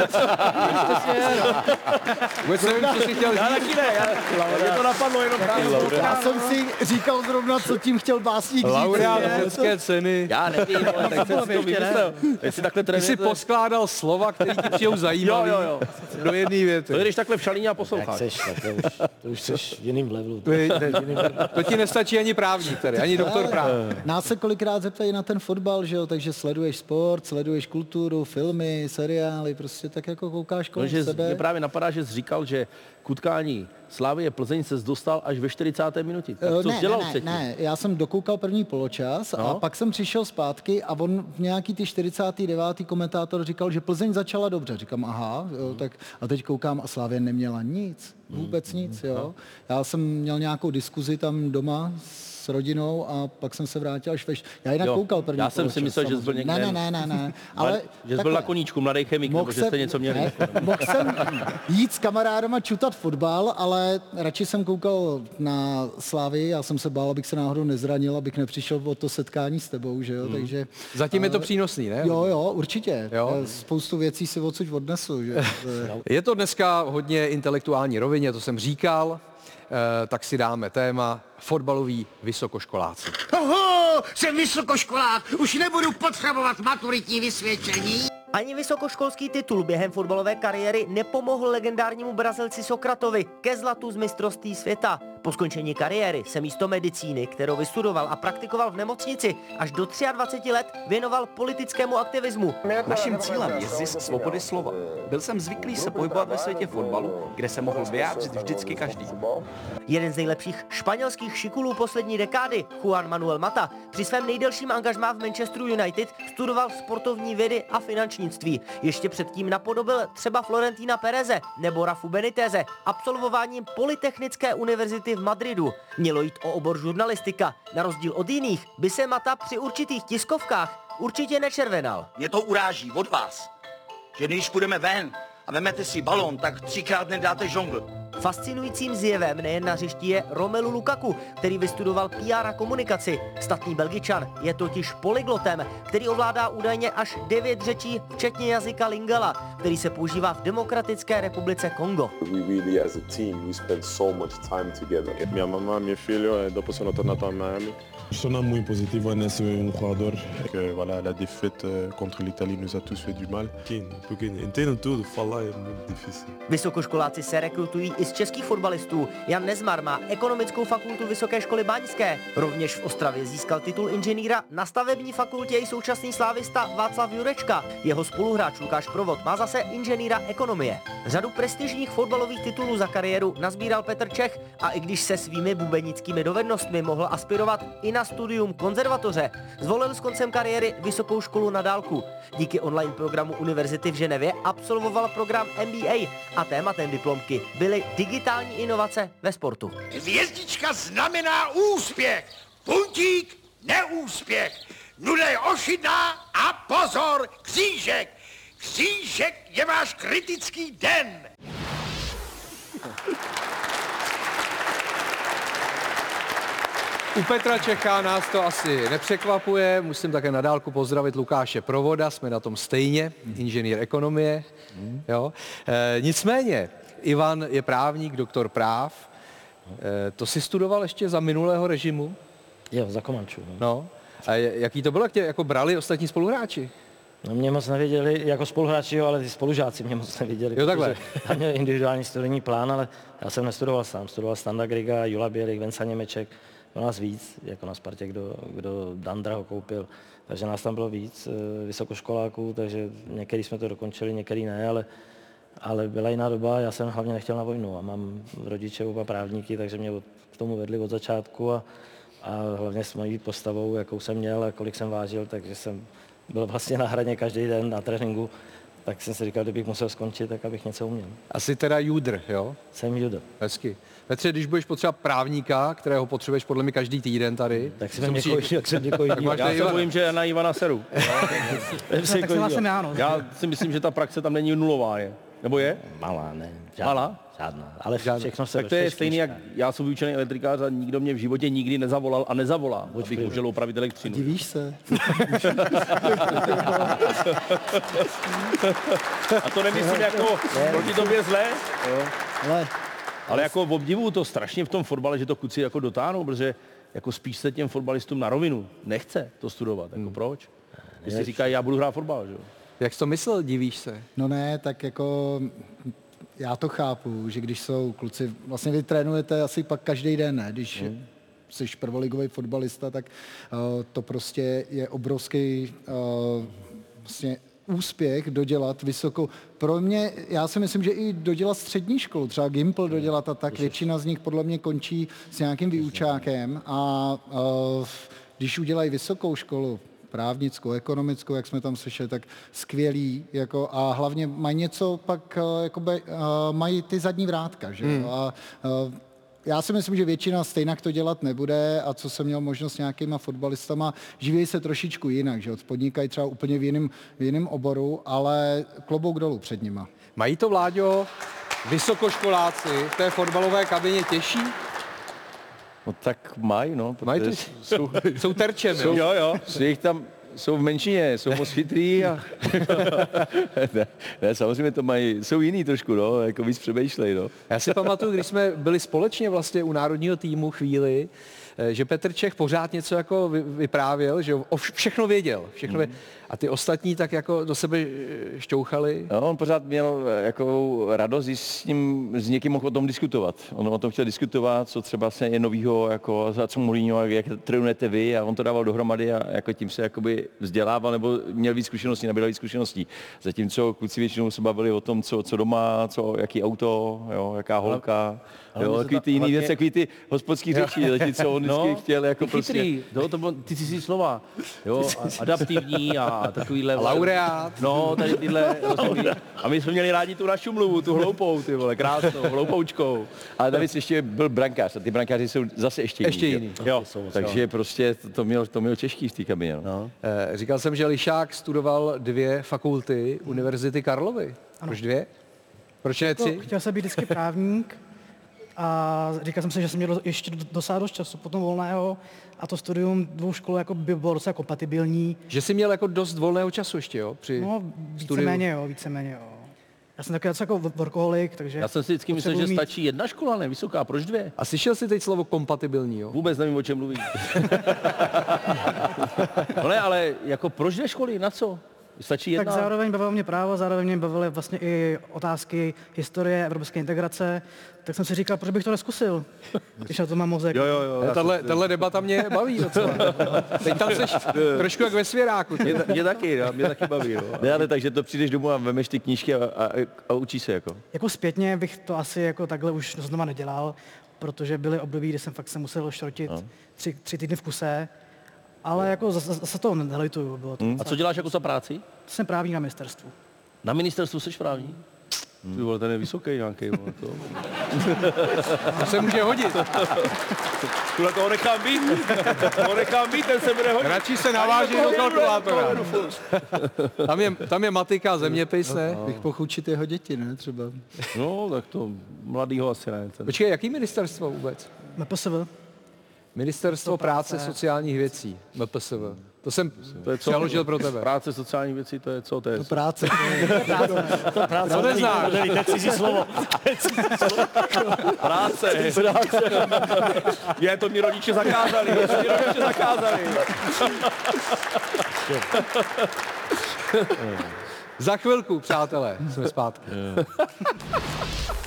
Vůbec nevím, co jsi chtěl říct. Já taky ne, já, mě to napadlo jenom právě. Já jsem si říkal zrovna, co tím chtěl básník říct. Laureát řecké ceny. Já nevím, ale tak jsem si to vymyslel. Ty takhle Ty jsi poskládal slova, které ti přijou zajímavý jo, jo, jo. do jedné věty. To je, když takhle v šalíně a posloucháš. Tak seš, tak už, to už seš jiným levelu. To, je, to ti nestačí ani právník tady, ani doktor práv. Nás se kolikrát zeptají na ten fotbal, že jo, takže sleduješ sport, sleduješ kulturu, filmy, seriály, prostě tak jako koukáš kolem no, sebe. Mě právě napadá, že jsi říkal, že k utkání Slavie Plzeň se dostal až ve čtyřicáté minutě. Tak co ne, jsi dělal ne, předtím? Ne, já jsem dokoukal první poločas no. a pak jsem přišel zpátky a on v nějaký ty čtyřicátý devátý komentátor říkal, že Plzeň začala dobře. Říkám, aha, jo, tak a teď koukám a Slavie neměla nic, vůbec nic, jo. Já jsem měl nějakou diskuzi tam doma s rodinou a pak jsem se vrátil až veš. Já jinak jo, koukal první Já jsem poločas, si myslel, že jsi byl někde. Ne, ne, ne, ne, ale že jsi byl na koníčku, mladý chemik, nebo že jste něco měli. Mohl jsem jít s kamarádama čutat fotbal, ale radši jsem koukal na Slávii, já jsem se bál, abych se náhodou nezranil, abych nepřišel o to setkání s tebou, že jo, hmm. takže... Zatím je to přínosný, ne? Jo, jo, určitě. Jo. Spoustu věcí si odsud odnesu, že? Je to dneska hodně intelektuální rovině, to jsem říkal, e, tak si dáme téma fotbaloví vysokoškoláci. Oho, jsem vysokoškolák, už nebudu potřebovat maturitní vysvědčení. Ani vysokoškolský titul během fotbalové kariéry nepomohl legendárnímu Brazilci Sokratovi ke zlatu z mistrovství světa. Po skončení kariéry se místo medicíny, kterou vystudoval a praktikoval v nemocnici, až do dvacet tři let věnoval politickému aktivismu. Naším cílem je zisk svobody slova. Byl jsem zvyklý se pohybovat ve světě fotbalu, kde se mohl vyjádřit vždycky každý. Jeden z nejlepších španělských šikulů poslední dekády, Juan Manuel Mata, při svém nejdelším angažmá v Manchesteru United studoval sportovní vědy a finančnictví. Ještě předtím napodobil třeba Florentina Pereze nebo Rafu Beniteze absolvováním Polytechnické univerzity v Madridu. Mělo jít o obor žurnalistika. Na rozdíl od jiných by se Mata při určitých tiskovkách určitě nečervenal. Mě to uráží od vás, že když půjdeme ven a vemete si balón, tak třikrát nedáte žongl. Fascinujícím zjevem nejen na hřišti je Romelu Lukaku, který vystudoval P R a komunikaci. Statný Belgičan je totiž polyglotem, který ovládá údajně až devět řečí, včetně jazyka Lingala, který se používá v Demokratické republice Kongo. We really as a team we spend so much time together. Minha mamãe, meu filho, depois sono tornato a Miami. Sono muito positivo nesse um jogador que voilà, la défaite contre l'Italie nous a tous fait du mal. Porque entendo tudo, falar é muito difícil. Vysokoškoláci se rekrutují i z českých fotbalistů. Jan Nezmar má ekonomickou fakultu Vysoké školy báňské. Rovněž v Ostravě získal titul inženýra. Na stavební fakultě i současný slávista Václav Jurečka. Jeho spoluhráč Lukáš Provod má zase inženýra ekonomie. Řadu prestižních fotbalových titulů za kariéru nazbíral Petr Čech a i když se svými bubenickými dovednostmi mohl aspirovat i na studium konzervatoře, zvolil s koncem kariéry vysokou školu na dálku. Díky online programu Univerzity v Ženevě absolvoval program M B A a tématem diplomky byly digitální inovace ve sportu. Hvězdička znamená úspěch, puntík neúspěch, nuda je ošidná a pozor, křížek. Křížek je váš kritický den. U Petra Čecha nás to asi nepřekvapuje. Musím také na dálku pozdravit Lukáše Provoda, jsme na tom stejně, inženýr ekonomie. Jo. E, nicméně, Ivan je právník, doktor práv. E, to si studoval ještě za minulého režimu? Jo, za Komančů. No. no. A jaký to bylo, jak tě jako brali ostatní spoluhráči? No, mě moc nevěděli, jako spoluhráči, jo, ale ty spolužáci mě moc nevěděli. Jo, takhle. Tam měl individuální studijní plán, ale já jsem nestudoval sám. Studoval Standa Griga, Jula Bělik, Venca Němeček. Bylo nás víc, jako na Spartě, kdo, kdo Dandra ho koupil. Takže nás tam bylo víc, vysokoškoláků, takže některý jsme to dokončili, některý ne, ale, ale byla jiná doba. Já jsem hlavně nechtěl na vojnu a mám rodiče oba právníky, takže mě k tomu vedli od začátku a, a hlavně s mojí postavou, jakou jsem měl a kolik jsem vážil, takže jsem byl vlastně na hraně každý den na tréninku, tak jsem si říkal, kdybych musel skončit, tak abych něco uměl. Asi teda judr, jo? Jsem judr. Hezky. Petře, když budeš potřeba právníka, kterého potřebuješ podle mě každý týden tady. Tak si musí... někoho Já se bojím, že na Ivana seru. Tak jsem vlastně ano. Já si myslím, že ta praxe tam není nulová, je. Nebo je? Malá, ne. Žádná, Malá? Žádná. Ale všechno se tak to je stejný, jak já jsem vyučený elektrikář a nikdo mě v životě nikdy nezavolal a nezavolá, Buď abych můžel opravit elektřinu. Divíš se? A to nemyslím jako proti tobě zlé, jo. Ale, ale jako v obdivu to strašně v tom fotbale, že to kluci jako dotáhnou, protože jako spíš se těm fotbalistům na rovinu nechce to studovat. Jako proč? Když si říkají, já budu hrát fotbal, že jo. Jak jsi to myslel, divíš se? No ne, tak jako já to chápu, že když jsou kluci, vlastně vy trénujete asi pak každý den, ne? Když hmm. jsi prvoligový fotbalista, tak uh, to prostě je obrovský uh, vlastně úspěch dodělat vysokou. Pro mě, já si myslím, že i dodělat střední školu, třeba Gimpl dodělat a tak, většina z nich podle mě končí s nějakým výučákem a uh, když udělají vysokou školu, právnickou, ekonomickou, jak jsme tam slyšeli, tak skvělý, jako, a hlavně mají něco, pak jakoby, uh, mají ty zadní vrátka, že? Hmm. A uh, já si myslím, že většina stejně to dělat nebude a co jsem měl možnost s nějakýma fotbalistama, živí se trošičku jinak, že? Podnikají třeba úplně v jiném, v jiném oboru, ale klobouk dolů před nima. Mají to, Vláďo, vysokoškoláci v té fotbalové kabině těžší? No tak mají, no. Mají to, jsou, jsou terčem, jsou, jo, jo. Jsou jich tam, jsou v menšině, jsou moc chytrý a... ne, ne, samozřejmě to mají, jsou jiný trošku, no, jako víc přemýšlej, no. Já si pamatuju, když jsme byli společně vlastně u národního týmu chvíli, že Petr Čech pořád něco jako vyprávěl, že všechno věděl, všechno věděl. A ty ostatní tak jako do sebe šťouchali. No, on pořád měl jako radost, když s ním, s někým mohl o tom diskutovat. On o tom chtěl diskutovat, co třeba se je novýho, jako za co Mourinho, jak trénujete vy, a on to dával dohromady a jako tím se jakoby vzdělával nebo měl víc zkušeností, nabíral víc zkušeností. Zatímco kluci většinou se bavili o tom, co, co doma, co, jaký auto, jo, jaká holka. Ale, jo, takový ty jiný věci, takový ty hospodský řeči, zatímco on vždycky no, chtěl jako chytrý, prostě... No, to bylo ty cizí slova, jo, adaptivní a takovýhle... A laureát. No, tady tyhle... A my jsme měli rádi tu našu mluvu, tu hloupou, ty vole, krásnou, hloupoučkou. Ale navíc ještě byl brankář a ty brankáři jsou zase ještě jiný. Ještě jiný. Jo. Jo. Takže prostě to, to, měl, to měl těžký v té kabině. No. No. E, říkal jsem, že Lišák studoval dvě fakulty Univerzity Karlovy. Ano. Proč dvě? Proč ne tři? Chtěl jsem být vždycky právník. A říkal jsem si, že jsem měl ještě dosáhnout dost času potom volného a to studium dvou škol jako by bylo docela kompatibilní. Že jsi měl jako dost volného času ještě, jo? Při no, víceméně jo, víceméně jo. Já jsem takový jako workoholik, takže... Já jsem si vždycky myslel, že mít... stačí jedna škola, ne vysoká, proč dvě? A slyšel jsi teď slovo kompatibilní, jo? Vůbec nevím, o čem mluví. No ne, ale jako proč dvě školy, na co? Stačí jedna? Tak zároveň bavilo mě právo, zároveň mě bavily vlastně i otázky historie, evropské integrace, tak jsem si říkal, proč bych to neskusil, když na to mám mozek. Jo, jo, jo. Tahle, tahle debata mě baví docela. Teď tam seš trošku jak ve svěráku. Mě, mě taky, no, mě taky baví. No. Ne, ale takže to přijdeš domů a vemeš ty knížky a, a, a učíš se jako. Jako zpětně bych to asi jako takhle už znova nedělal, protože byly období, kdy jsem fakt se musel šrotit no. tři, tři týdny v kuse. Ale jako zase to nelituju. Bylo to hmm. A co děláš jako za práci? Jsem právník na ministerstvu. Na ministerstvu jsi právník? Hmm. Ty vole, ten je vysoký nějaký. Vole, to. to se může hodit. Tuhle toho nechám být. Toho nechám být, ten se bude hodit. Radši se naváží do kalkulátora. Tam je, tam je matika a zeměpis, ne? Bych pohl učit jeho děti, ne? Třeba. No, tak to mladýho asi ne. Ten. Počkej, jaký ministerstvo vůbec? M P S V. Ministerstvo práce, práce sociálních věcí, M P S V. To jsem to je co? přeložil pro tebe. Práce sociálních věcí, to je co? To je to práce. To práce. To neznáš. To je cizí slovo. Práce. Je, to mi rodiče zakázali. To mi rodiče zakázali. Za chvilku, přátelé, jsme zpátky.